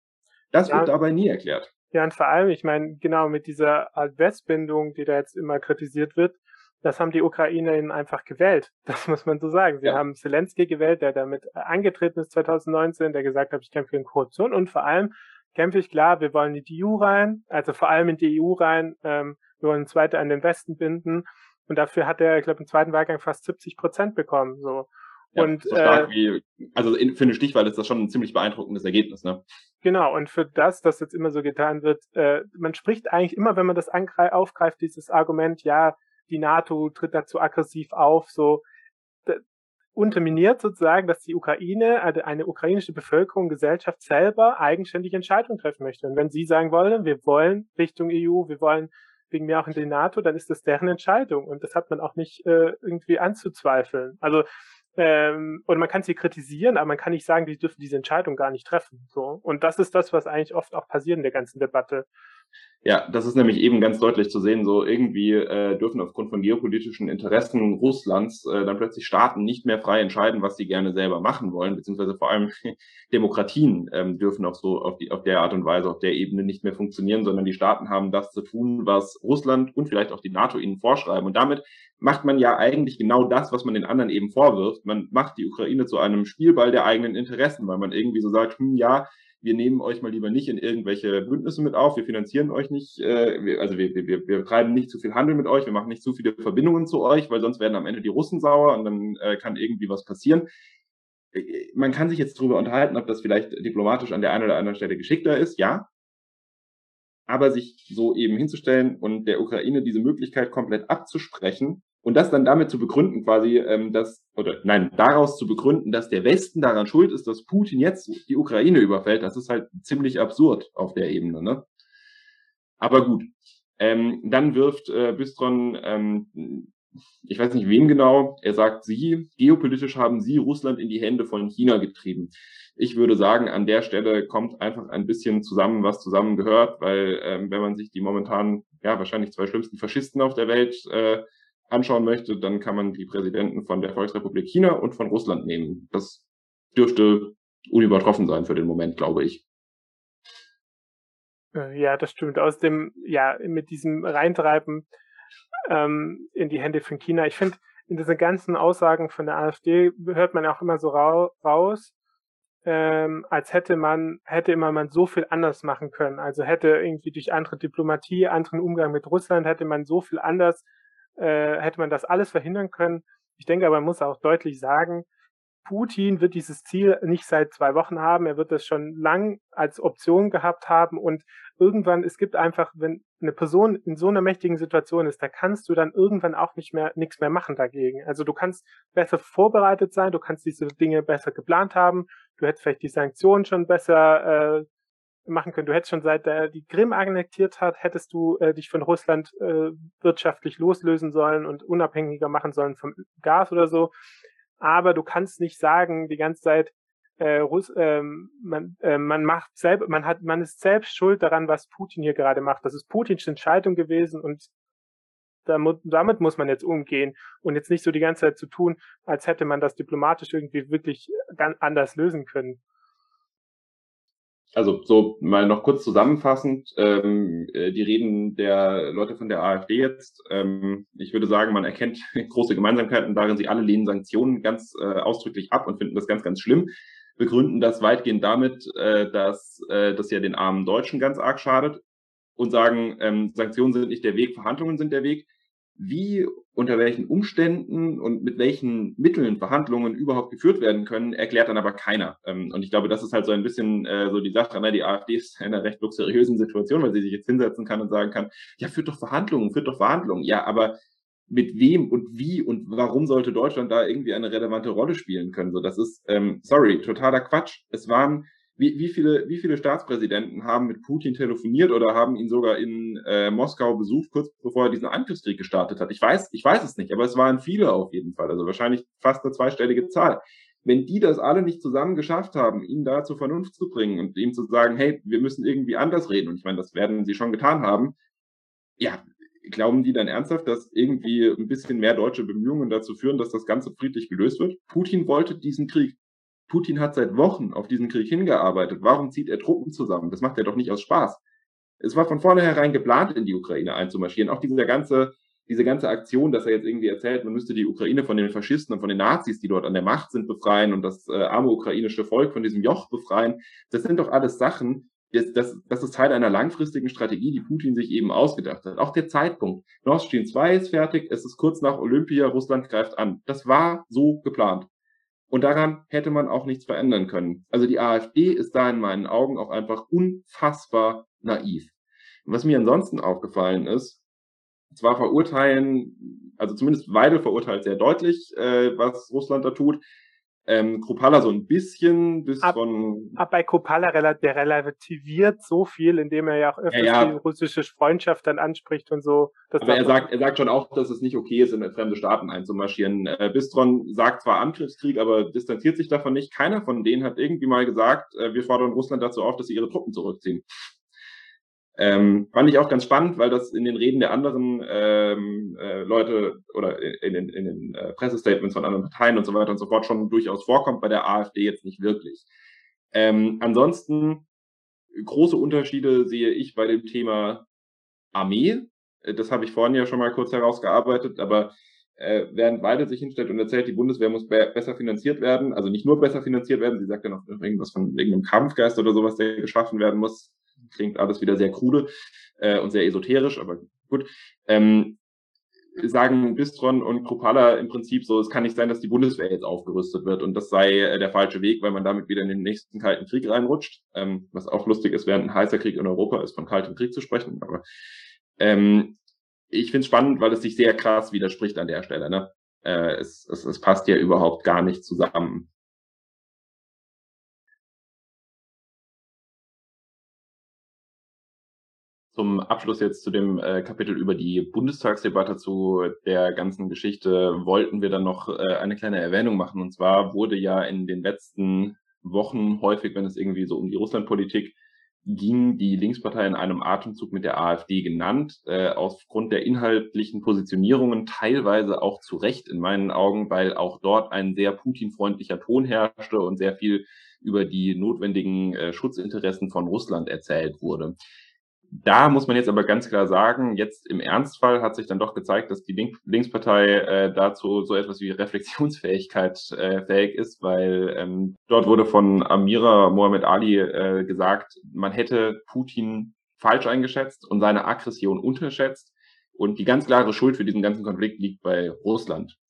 Das wird Ja, dabei nie erklärt. ja, und vor allem, ich meine, genau mit dieser Art Westbindung, die da jetzt immer kritisiert wird, das haben die UkrainerInnen einfach gewählt. Das muss man so sagen. Sie Ja. haben Zelensky gewählt, der damit angetreten ist zwanzig neunzehn, der gesagt hat, ich kämpfe gegen Korruption und vor allem kämpfe ich klar, wir wollen in die E U rein, also vor allem in die E U rein, ähm, wir wollen uns weiter an den Westen binden und dafür hat er, ich glaube, im zweiten Wahlgang fast siebzig Prozent bekommen, so. Ja, Und, so stark äh, wie, also in, für eine Stichwahl ist das schon ein ziemlich beeindruckendes Ergebnis, ne? Genau, und für das, das jetzt immer so getan wird, äh, man spricht eigentlich immer, wenn man das aufgreift, dieses Argument, ja, die NATO tritt dazu aggressiv auf, so unterminiert sozusagen, dass die Ukraine, also eine ukrainische Bevölkerung, Gesellschaft selber eigenständig Entscheidungen treffen möchte. Und wenn sie sagen wollen, wir wollen Richtung E U, wir wollen wegen mir auch in die NATO, dann ist das deren Entscheidung. Und das hat man auch nicht äh, irgendwie anzuzweifeln. Also ähm, und man kann sie kritisieren, aber man kann nicht sagen, die dürfen diese Entscheidung gar nicht treffen. So. Und das ist das, was eigentlich oft auch passiert in der ganzen Debatte. Ja, das ist nämlich eben ganz deutlich zu sehen, so irgendwie äh, dürfen aufgrund von geopolitischen Interessen Russlands äh, dann plötzlich Staaten nicht mehr frei entscheiden, was sie gerne selber machen wollen, beziehungsweise vor allem Demokratien ähm, dürfen auch so auf, die, auf der Art und Weise, auf der Ebene nicht mehr funktionieren, sondern die Staaten haben das zu tun, was Russland und vielleicht auch die NATO ihnen vorschreiben. Und damit macht man ja eigentlich genau das, was man den anderen eben vorwirft. Man macht die Ukraine zu einem Spielball der eigenen Interessen, weil man irgendwie so sagt, hm, ja, wir nehmen euch mal lieber nicht in irgendwelche Bündnisse mit auf, wir finanzieren euch nicht, äh, wir, also wir, wir, wir treiben nicht zu viel Handel mit euch, wir machen nicht zu viele Verbindungen zu euch, weil sonst werden am Ende die Russen sauer und dann äh, kann irgendwie was passieren. Man kann sich jetzt darüber unterhalten, ob das vielleicht diplomatisch an der einen oder anderen Stelle geschickter ist, ja. Aber sich so eben hinzustellen und der Ukraine diese Möglichkeit komplett abzusprechen und das dann damit zu begründen, quasi, ähm, dass, oder nein, daraus zu begründen, dass der Westen daran schuld ist, dass Putin jetzt die Ukraine überfällt, das ist halt ziemlich absurd auf der Ebene, ne? Aber gut. Ähm, dann wirft äh, Bistron, ähm, ich weiß nicht wem genau, er sagt, sie, geopolitisch haben sie Russland in die Hände von China getrieben. Ich würde sagen, an der Stelle kommt einfach ein bisschen zusammen, was zusammengehört, weil ähm, wenn man sich die momentan, ja, wahrscheinlich zwei schlimmsten Faschisten auf der Welt äh, anschauen möchte, dann kann man die Präsidenten von der Volksrepublik China und von Russland nehmen. Das dürfte unübertroffen sein für den Moment, glaube ich. Ja, das stimmt. Aus dem, ja, mit diesem Reintreiben ähm, in die Hände von China. Ich finde, in diesen ganzen Aussagen von der AfD hört man auch immer so rau raus, ähm, als hätte man, hätte immer man so viel anders machen können. Also hätte irgendwie durch andere Diplomatie, anderen Umgang mit Russland, hätte man so viel anders, äh, hätte man das alles verhindern können. Ich denke aber, man muss auch deutlich sagen, Putin wird dieses Ziel nicht seit zwei Wochen haben, er wird das schon lang als Option gehabt haben und irgendwann, es gibt einfach, wenn eine Person in so einer mächtigen Situation ist, da kannst du dann irgendwann auch nicht mehr nichts mehr machen dagegen. Also du kannst besser vorbereitet sein, du kannst diese Dinge besser geplant haben, du hättest vielleicht die Sanktionen schon besser äh, machen können. Du hättest schon seit der die Krim annektiert hat, hättest du äh, dich von Russland äh, wirtschaftlich loslösen sollen und unabhängiger machen sollen vom Gas oder so. Aber du kannst nicht sagen die ganze Zeit, äh, Russ, ähm, man, äh, man macht selber, man hat, man ist selbst schuld daran, was Putin hier gerade macht. Das ist Putins Entscheidung gewesen und damit, damit muss man jetzt umgehen und jetzt nicht so die ganze Zeit zu tun, als hätte man das diplomatisch irgendwie wirklich ganz anders lösen können. Also so mal noch kurz zusammenfassend, ähm, die Reden der Leute von der AfD jetzt, ähm, ich würde sagen, man erkennt große Gemeinsamkeiten darin, sie alle lehnen Sanktionen ganz äh, ausdrücklich ab und finden das ganz, ganz schlimm, begründen das weitgehend damit, äh, dass äh, das ja den armen Deutschen ganz arg schadet und sagen, ähm, Sanktionen sind nicht der Weg, Verhandlungen sind der Weg. Wie, unter welchen Umständen und mit welchen Mitteln Verhandlungen überhaupt geführt werden können, erklärt dann aber keiner. Und ich glaube, das ist halt so ein bisschen äh, so die Sache, ne? Die AfD ist in einer recht luxuriösen Situation, weil sie sich jetzt hinsetzen kann und sagen kann, ja, führt doch Verhandlungen, führt doch Verhandlungen. Ja, aber mit wem und wie und warum sollte Deutschland da irgendwie eine relevante Rolle spielen können? So, das ist, ähm, sorry, totaler Quatsch. Es waren Wie, wie, viele, wie viele Staatspräsidenten haben mit Putin telefoniert oder haben ihn sogar in äh, Moskau besucht, kurz bevor er diesen Angriffskrieg gestartet hat? Ich weiß, ich weiß es nicht, aber es waren viele auf jeden Fall, also wahrscheinlich fast eine zweistellige Zahl. Wenn die das alle nicht zusammen geschafft haben, ihn da zur Vernunft zu bringen und ihm zu sagen, hey, wir müssen irgendwie anders reden, und ich meine, das werden sie schon getan haben, ja, glauben die dann ernsthaft, dass irgendwie ein bisschen mehr deutsche Bemühungen dazu führen, dass das Ganze friedlich gelöst wird? Putin wollte diesen Krieg. Putin hat seit Wochen auf diesen Krieg hingearbeitet. Warum zieht er Truppen zusammen? Das macht er doch nicht aus Spaß. Es war von vornherein geplant, in die Ukraine einzumarschieren. Auch diese ganze, diese ganze Aktion, dass er jetzt irgendwie erzählt, man müsste die Ukraine von den Faschisten und von den Nazis, die dort an der Macht sind, befreien und das äh, arme ukrainische Volk von diesem Joch befreien. Das sind doch alles Sachen, das, das, das ist Teil einer langfristigen Strategie, die Putin sich eben ausgedacht hat. Auch der Zeitpunkt. Nord Stream zwei ist fertig, es ist kurz nach Olympia, Russland greift an. Das war so geplant. Und daran hätte man auch nichts verändern können. Also die AfD ist da in meinen Augen auch einfach unfassbar naiv. Und was mir ansonsten aufgefallen ist, zwar verurteilen, also zumindest Weidel verurteilt sehr deutlich, äh, was Russland da tut. Ähm, Kruppalla so ein bisschen, bis ab, von... Ab bei Kruppalla, der relativiert so viel, indem er ja auch öfters ja, ja. die russische Freundschaft dann anspricht und so. Aber er sagt, er sagt schon auch, dass es nicht okay ist, in fremde Staaten einzumarschieren. Äh, Bistron sagt zwar Angriffskrieg, aber distanziert sich davon nicht. Keiner von denen hat irgendwie mal gesagt, äh, wir fordern Russland dazu auf, dass sie ihre Truppen zurückziehen. Ähm, fand ich auch ganz spannend, weil das in den Reden der anderen ähm, äh, Leute oder in, in, in den äh, Pressestatements von anderen Parteien und so weiter und so fort schon durchaus vorkommt, bei der AfD jetzt nicht wirklich. Ähm, ansonsten große Unterschiede sehe ich bei dem Thema Armee. Das habe ich vorhin ja schon mal kurz herausgearbeitet, aber äh, während Weidel sich hinstellt und erzählt, die Bundeswehr muss be besser finanziert werden, also nicht nur besser finanziert werden, sie sagt ja noch irgendwas von irgendeinem Kampfgeist oder sowas, der geschaffen werden muss, klingt alles wieder sehr krude äh, und sehr esoterisch, aber gut. Ähm, sagen Bistron und Kruppalla im Prinzip so, es kann nicht sein, dass die Bundeswehr jetzt aufgerüstet wird und das sei äh, der falsche Weg, weil man damit wieder in den nächsten Kalten Krieg reinrutscht, ähm, was auch lustig ist, während ein heißer Krieg in Europa ist, von Kaltem Krieg zu sprechen, aber ähm, ich finde es spannend, weil es sich sehr krass widerspricht an der Stelle, ne? Äh, es, es, es passt ja überhaupt gar nicht zusammen. Zum Abschluss jetzt zu dem äh, Kapitel über die Bundestagsdebatte zu der ganzen Geschichte wollten wir dann noch äh, eine kleine Erwähnung machen. Und zwar wurde ja in den letzten Wochen häufig, wenn es irgendwie so um die Russlandpolitik ging, die Linkspartei in einem Atemzug mit der AfD genannt, äh, aufgrund der inhaltlichen Positionierungen, teilweise auch zu Recht in meinen Augen, weil auch dort ein sehr Putin-freundlicher Ton herrschte und sehr viel über die notwendigen äh, Schutzinteressen von Russland erzählt wurde. Da muss man jetzt aber ganz klar sagen, jetzt im Ernstfall hat sich dann doch gezeigt, dass die Link Linkspartei äh, dazu so etwas wie Reflexionsfähigkeit äh, fähig ist, weil ähm, dort wurde von Amira Mohammed Ali äh, gesagt, man hätte Putin falsch eingeschätzt und seine Aggression unterschätzt und die ganz klare Schuld für diesen ganzen Konflikt liegt bei Russland.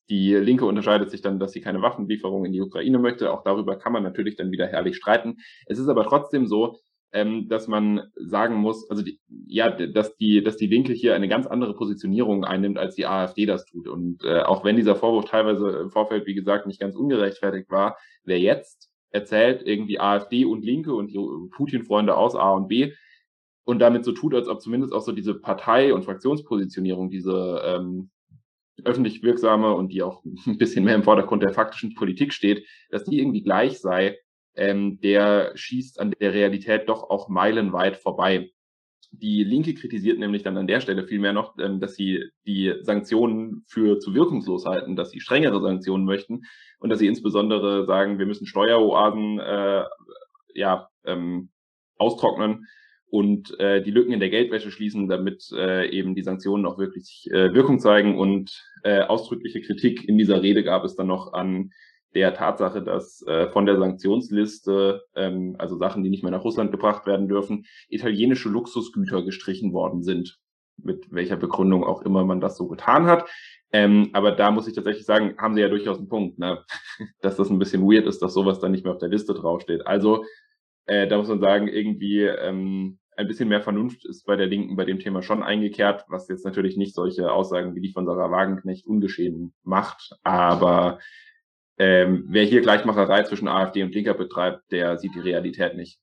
Die Linke unterscheidet sich dann, dass sie keine Waffenlieferung in die Ukraine möchte. Auch darüber kann man natürlich dann wieder herrlich streiten. Es ist aber trotzdem so, ähm, dass man sagen muss, also die, ja, dass die, dass die Linke hier eine ganz andere Positionierung einnimmt, als die AfD das tut. Und äh, auch wenn dieser Vorwurf teilweise im Vorfeld, wie gesagt, nicht ganz ungerechtfertigt war, wer jetzt erzählt, irgendwie AfD und Linke und die Putin-Freunde aus A und B und damit so tut, als ob zumindest auch so diese Partei- und Fraktionspositionierung, diese ähm, öffentlich wirksame und die auch ein bisschen mehr im Vordergrund der faktischen Politik steht, dass die irgendwie gleich sei, ähm, der schießt an der Realität doch auch meilenweit vorbei. Die Linke kritisiert nämlich dann an der Stelle vielmehr noch, ähm, dass sie die Sanktionen für zu wirkungslos halten, dass sie strengere Sanktionen möchten und dass sie insbesondere sagen, wir müssen Steueroasen äh, ja, ähm, austrocknen und äh, die Lücken in der Geldwäsche schließen, damit äh, eben die Sanktionen auch wirklich äh, Wirkung zeigen. Und äh, ausdrückliche Kritik in dieser Rede gab es dann noch an der Tatsache, dass äh, von der Sanktionsliste, ähm, also Sachen, die nicht mehr nach Russland gebracht werden dürfen, italienische Luxusgüter gestrichen worden sind. Mit welcher Begründung auch immer man das so getan hat. Ähm, aber da muss ich tatsächlich sagen, haben sie ja durchaus einen Punkt, ne? Dass das ein bisschen weird ist, dass sowas dann nicht mehr auf der Liste draufsteht. Also äh, da muss man sagen, irgendwie ähm, ein bisschen mehr Vernunft ist bei der Linken bei dem Thema schon eingekehrt, was jetzt natürlich nicht solche Aussagen wie die von Sarah Wagenknecht ungeschehen macht. Aber ähm, wer hier Gleichmacherei zwischen AfD und Linker betreibt, der sieht die Realität nicht.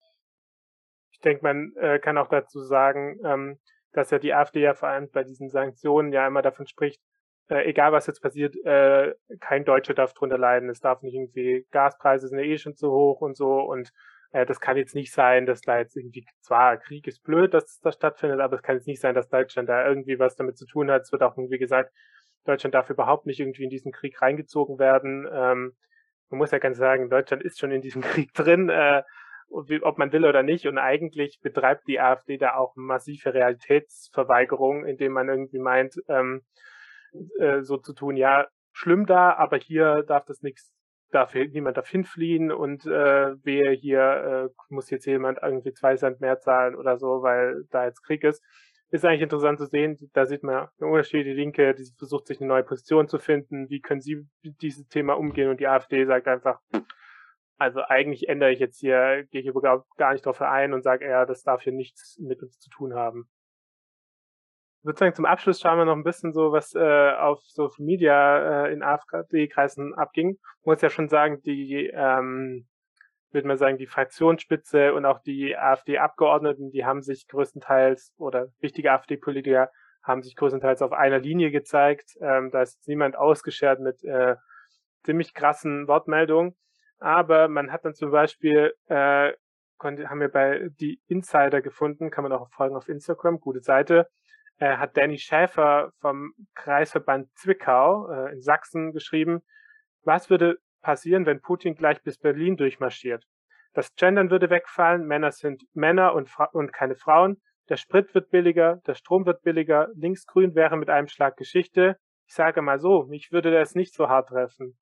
Ich denke, man äh, kann auch dazu sagen, ähm, dass ja die AfD ja vor allem bei diesen Sanktionen ja immer davon spricht, äh, egal was jetzt passiert, äh, kein Deutscher darf drunter leiden. Es darf nicht irgendwie, Gaspreise sind ja eh schon zu hoch und so und äh, das kann jetzt nicht sein, dass da jetzt irgendwie, zwar Krieg ist blöd, dass das stattfindet, aber es kann jetzt nicht sein, dass Deutschland da irgendwie was damit zu tun hat. Es wird auch irgendwie gesagt, Deutschland darf überhaupt nicht irgendwie in diesen Krieg reingezogen werden. Ähm, man muss ja ganz sagen, Deutschland ist schon in diesem Krieg drin, äh, ob man will oder nicht. Und eigentlich betreibt die AfD da auch massive Realitätsverweigerung, indem man irgendwie meint, ähm, äh, so zu tun, ja, schlimm da, aber hier darf das nichts, darf hier, niemand darf hinfliehen und äh, wehe, hier äh, muss jetzt jemand irgendwie zwei Cent mehr zahlen oder so, weil da jetzt Krieg ist. Ist eigentlich interessant zu sehen, da sieht man einen Unterschied, die Linke, die versucht sich eine neue Position zu finden, wie können sie mit diesem Thema umgehen und die AfD sagt einfach, also eigentlich ändere ich jetzt hier, gehe ich überhaupt gar nicht drauf ein und sage eher, das darf hier nichts mit uns zu tun haben. Ich würde sagen, zum Abschluss schauen wir noch ein bisschen so, was äh, auf Social Media äh, in AfD-Kreisen abging. Ich muss ja schon sagen, die, ähm, würde man sagen, die Fraktionsspitze und auch die AfD-Abgeordneten, die haben sich größtenteils, oder wichtige AfD-Politiker haben sich größtenteils auf einer Linie gezeigt. Ähm, da ist niemand ausgeschert mit äh, ziemlich krassen Wortmeldungen. Aber man hat dann zum Beispiel, äh, konnte, haben wir bei die Insider gefunden, kann man auch folgen auf Instagram, gute Seite, äh, hat Danny Schäfer vom Kreisverband Zwickau äh, in Sachsen geschrieben, was würde passieren, wenn Putin gleich bis Berlin durchmarschiert? Das Gendern würde wegfallen, Männer sind Männer und, Fra und keine Frauen, der Sprit wird billiger, der Strom wird billiger, linksgrün wäre mit einem Schlag Geschichte. Ich sage mal so, mich würde das nicht so hart treffen.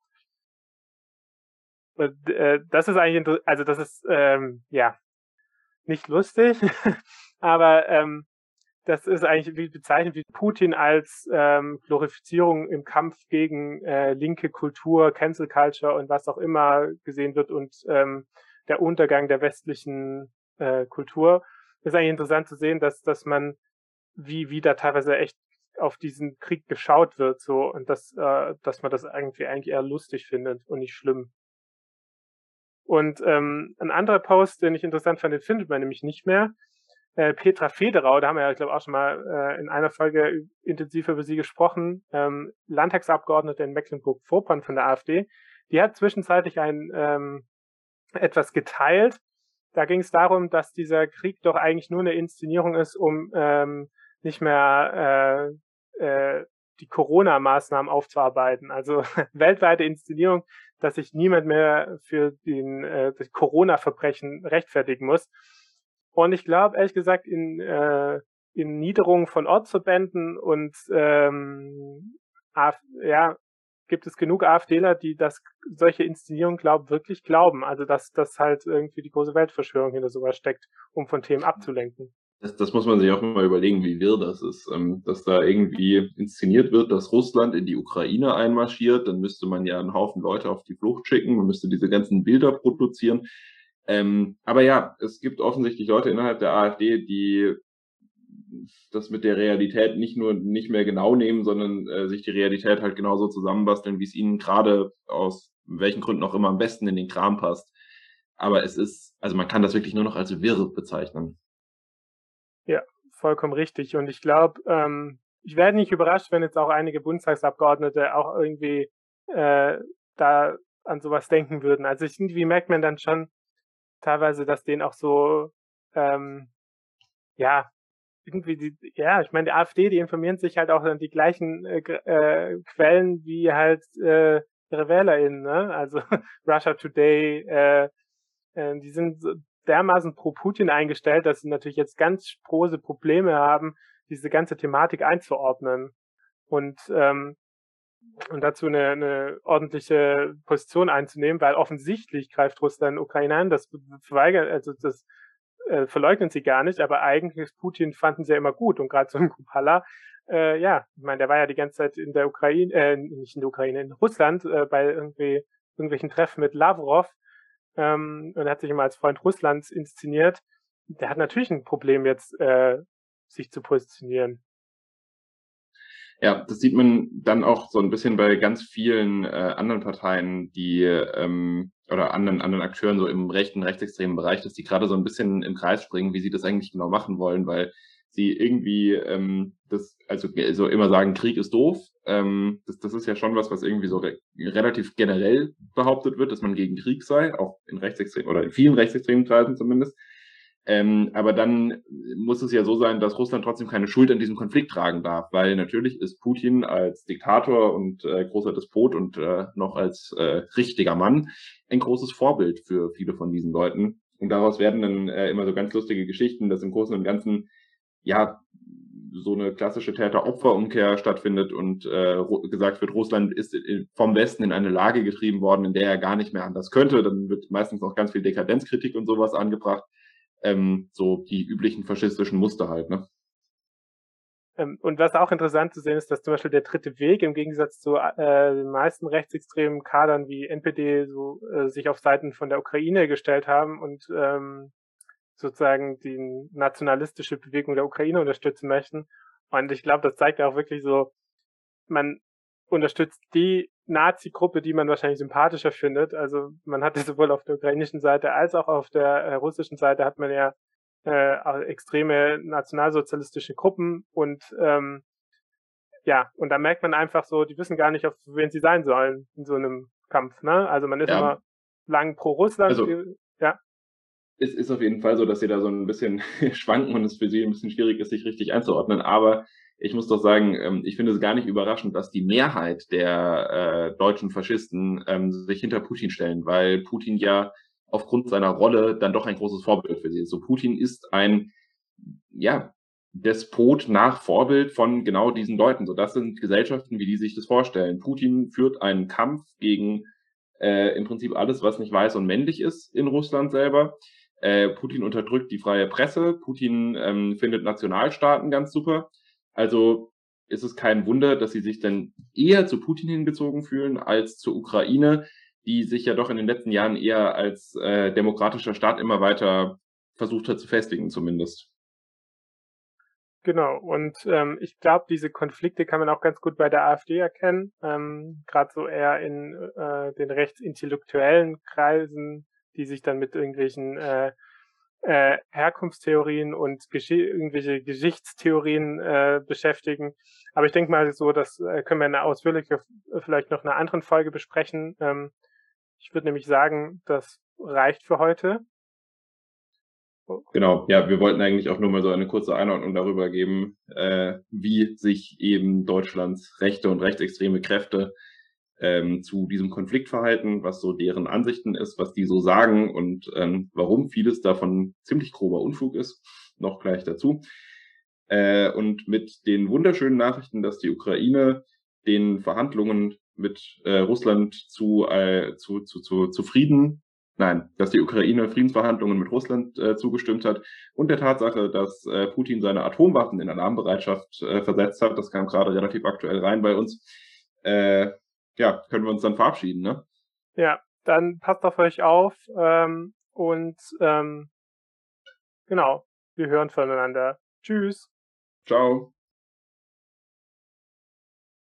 Und, äh, das ist eigentlich, also das ist, ähm, ja, nicht lustig, aber ähm, das ist eigentlich wie bezeichnet, wie Putin als ähm, Glorifizierung im Kampf gegen äh, linke Kultur, Cancel Culture und was auch immer gesehen wird und ähm, der Untergang der westlichen äh, Kultur. Ist eigentlich interessant zu sehen, dass, dass man, wie, wie da teilweise echt auf diesen Krieg geschaut wird, so, und dass, äh, dass man das irgendwie eigentlich eher lustig findet und nicht schlimm. Und ähm, ein anderer Post, den ich interessant fand, den findet man nämlich nicht mehr. Äh, Petra Federau, da haben wir ja, ich glaube, auch schon mal äh, in einer Folge intensiv über sie gesprochen, ähm, Landtagsabgeordnete in Mecklenburg-Vorpommern von der AfD, die hat zwischenzeitlich ein ähm, etwas geteilt. Da ging es darum, dass dieser Krieg doch eigentlich nur eine Inszenierung ist, um ähm, nicht mehr äh, äh, die Corona-Maßnahmen aufzuarbeiten. Also weltweite Inszenierung, dass sich niemand mehr für den, äh, das Corona-Verbrechen rechtfertigen muss. Und ich glaube, ehrlich gesagt, in, äh, in Niederungen von Ortsverbänden und ähm, Af ja, gibt es genug AfDler, die das solche Inszenierungen glauben, wirklich glauben. Also dass das halt irgendwie die große Weltverschwörung hinter sowas steckt, um von Themen abzulenken. Das, das muss man sich auch mal überlegen, wie wirr das ist, ähm, dass da irgendwie inszeniert wird, dass Russland in die Ukraine einmarschiert. Dann müsste man ja einen Haufen Leute auf die Flucht schicken, man müsste diese ganzen Bilder produzieren. Ähm, aber ja, es gibt offensichtlich Leute innerhalb der AfD, die das mit der Realität nicht nur nicht mehr genau nehmen, sondern äh, sich die Realität halt genauso zusammenbasteln, wie es ihnen gerade aus welchen Gründen auch immer am besten in den Kram passt. Aber es ist, also man kann das wirklich nur noch als wirr bezeichnen. Ja, vollkommen richtig. Und ich glaube, ähm, ich werde nicht überrascht, wenn jetzt auch einige Bundestagsabgeordnete auch irgendwie äh, da an sowas denken würden. Also ich, irgendwie merkt man dann schon teilweise, dass denen auch so, ähm, ja, irgendwie die, ja, ich meine, die AfD, die informieren sich halt auch an die gleichen äh, äh, Quellen wie halt äh, ihre WählerInnen, ne? Also Russia Today, äh, äh, die sind so dermaßen pro Putin eingestellt, dass sie natürlich jetzt ganz große Probleme haben, diese ganze Thematik einzuordnen und ähm, und dazu eine, eine ordentliche Position einzunehmen, weil offensichtlich greift Russland Ukraine an, das verweigert, also das äh, verleugnen sie gar nicht, aber eigentlich Putin fanden sie ja immer gut und gerade so ein Kupala, äh, ja, ich meine, der war ja die ganze Zeit in der Ukraine, äh, nicht in der Ukraine, in Russland, äh, bei irgendwie irgendwelchen Treffen mit Lavrov ähm, und hat sich immer als Freund Russlands inszeniert. Der hat natürlich ein Problem jetzt, äh, sich zu positionieren. Ja, das sieht man dann auch so ein bisschen bei ganz vielen äh, anderen Parteien, die ähm, oder anderen anderen Akteuren so im rechten, rechtsextremen Bereich, dass die gerade so ein bisschen im Kreis springen, wie sie das eigentlich genau machen wollen, weil sie irgendwie ähm, das, also so immer sagen, Krieg ist doof. Ähm, das, das ist ja schon was, was irgendwie so re relativ generell behauptet wird, dass man gegen Krieg sei, auch in rechtsextremen oder in vielen rechtsextremen Kreisen zumindest. Ähm, aber dann muss es ja so sein, dass Russland trotzdem keine Schuld an diesem Konflikt tragen darf, weil natürlich ist Putin als Diktator und äh, großer Despot und äh, noch als äh, richtiger Mann ein großes Vorbild für viele von diesen Leuten. Und daraus werden dann äh, immer so ganz lustige Geschichten, dass im Großen und Ganzen ja so eine klassische Täter-Opfer-Umkehr stattfindet und äh, gesagt wird, Russland ist vom Westen in eine Lage getrieben worden, in der er gar nicht mehr anders könnte. Dann wird meistens auch ganz viel Dekadenzkritik und sowas angebracht. Ähm, so die üblichen faschistischen Muster halt, ne? Ähm, und was auch interessant zu sehen ist, dass zum Beispiel der dritte Weg im Gegensatz zu äh, den meisten rechtsextremen Kadern wie N P D so äh, sich auf Seiten von der Ukraine gestellt haben und ähm, sozusagen die nationalistische Bewegung der Ukraine unterstützen möchten. Und ich glaube, das zeigt auch wirklich so, man unterstützt die Nazi-Gruppe, die man wahrscheinlich sympathischer findet. Also man hatte sowohl auf der ukrainischen Seite als auch auf der äh, russischen Seite hat man ja äh, extreme nationalsozialistische Gruppen und ähm, ja, und da merkt man einfach so, die wissen gar nicht, auf wen sie sein sollen in so einem Kampf. Ne? Also man ist Ja, immer lang pro Russland, also äh, ja. es ist auf jeden Fall so, dass sie da so ein bisschen schwanken und es für sie ein bisschen schwierig ist, sich richtig einzuordnen. Aber ich muss doch sagen, ähm, ich finde es gar nicht überraschend, dass die Mehrheit der äh, deutschen Faschisten ähm, sich hinter Putin stellen, weil Putin ja aufgrund seiner Rolle dann doch ein großes Vorbild für sie ist. So Putin ist ein, ja, Despot nach Vorbild von genau diesen Leuten. So, das sind Gesellschaften, wie die sich das vorstellen. Putin führt einen Kampf gegen äh, im Prinzip alles, was nicht weiß und männlich ist in Russland selber. Äh, Putin unterdrückt die freie Presse. Putin ähm, findet Nationalstaaten ganz super. Also ist es kein Wunder, dass sie sich dann eher zu Putin hingezogen fühlen als zur Ukraine, die sich ja doch in den letzten Jahren eher als äh, demokratischer Staat immer weiter versucht hat zu festigen, zumindest. Genau, und ähm, ich glaube, diese Konflikte kann man auch ganz gut bei der AfD erkennen, ähm, gerade so eher in äh, den rechtsintellektuellen Kreisen, die sich dann mit irgendwelchen äh, äh, Herkunftstheorien und Gesch irgendwelche Geschichtstheorien äh, beschäftigen. Aber ich denke mal so, das äh, können wir in einer ausführlichen, vielleicht noch in einer anderen Folge besprechen. Ähm, ich würde nämlich sagen, das reicht für heute. Genau, ja, wir wollten eigentlich auch nur mal so eine kurze Einordnung darüber geben, äh, wie sich eben Deutschlands rechte und rechtsextreme Kräfte ähm, zu diesem Konflikt verhalten, was so deren Ansichten ist, was die so sagen und ähm, warum vieles davon ziemlich grober Unfug ist, noch gleich dazu. Äh, und mit den wunderschönen Nachrichten, dass die Ukraine den Verhandlungen mit äh, Russland zu, äh, zu, zu, zu, zu Frieden Nein, dass die Ukraine Friedensverhandlungen mit Russland äh, zugestimmt hat und der Tatsache, dass äh, Putin seine Atomwaffen in Alarmbereitschaft äh, versetzt hat, das kam gerade relativ aktuell rein bei uns, äh, ja, können wir uns dann verabschieden, ne? Ja, dann passt auf euch auf ähm, und ähm, genau, wir hören voneinander. Tschüss. Ciao.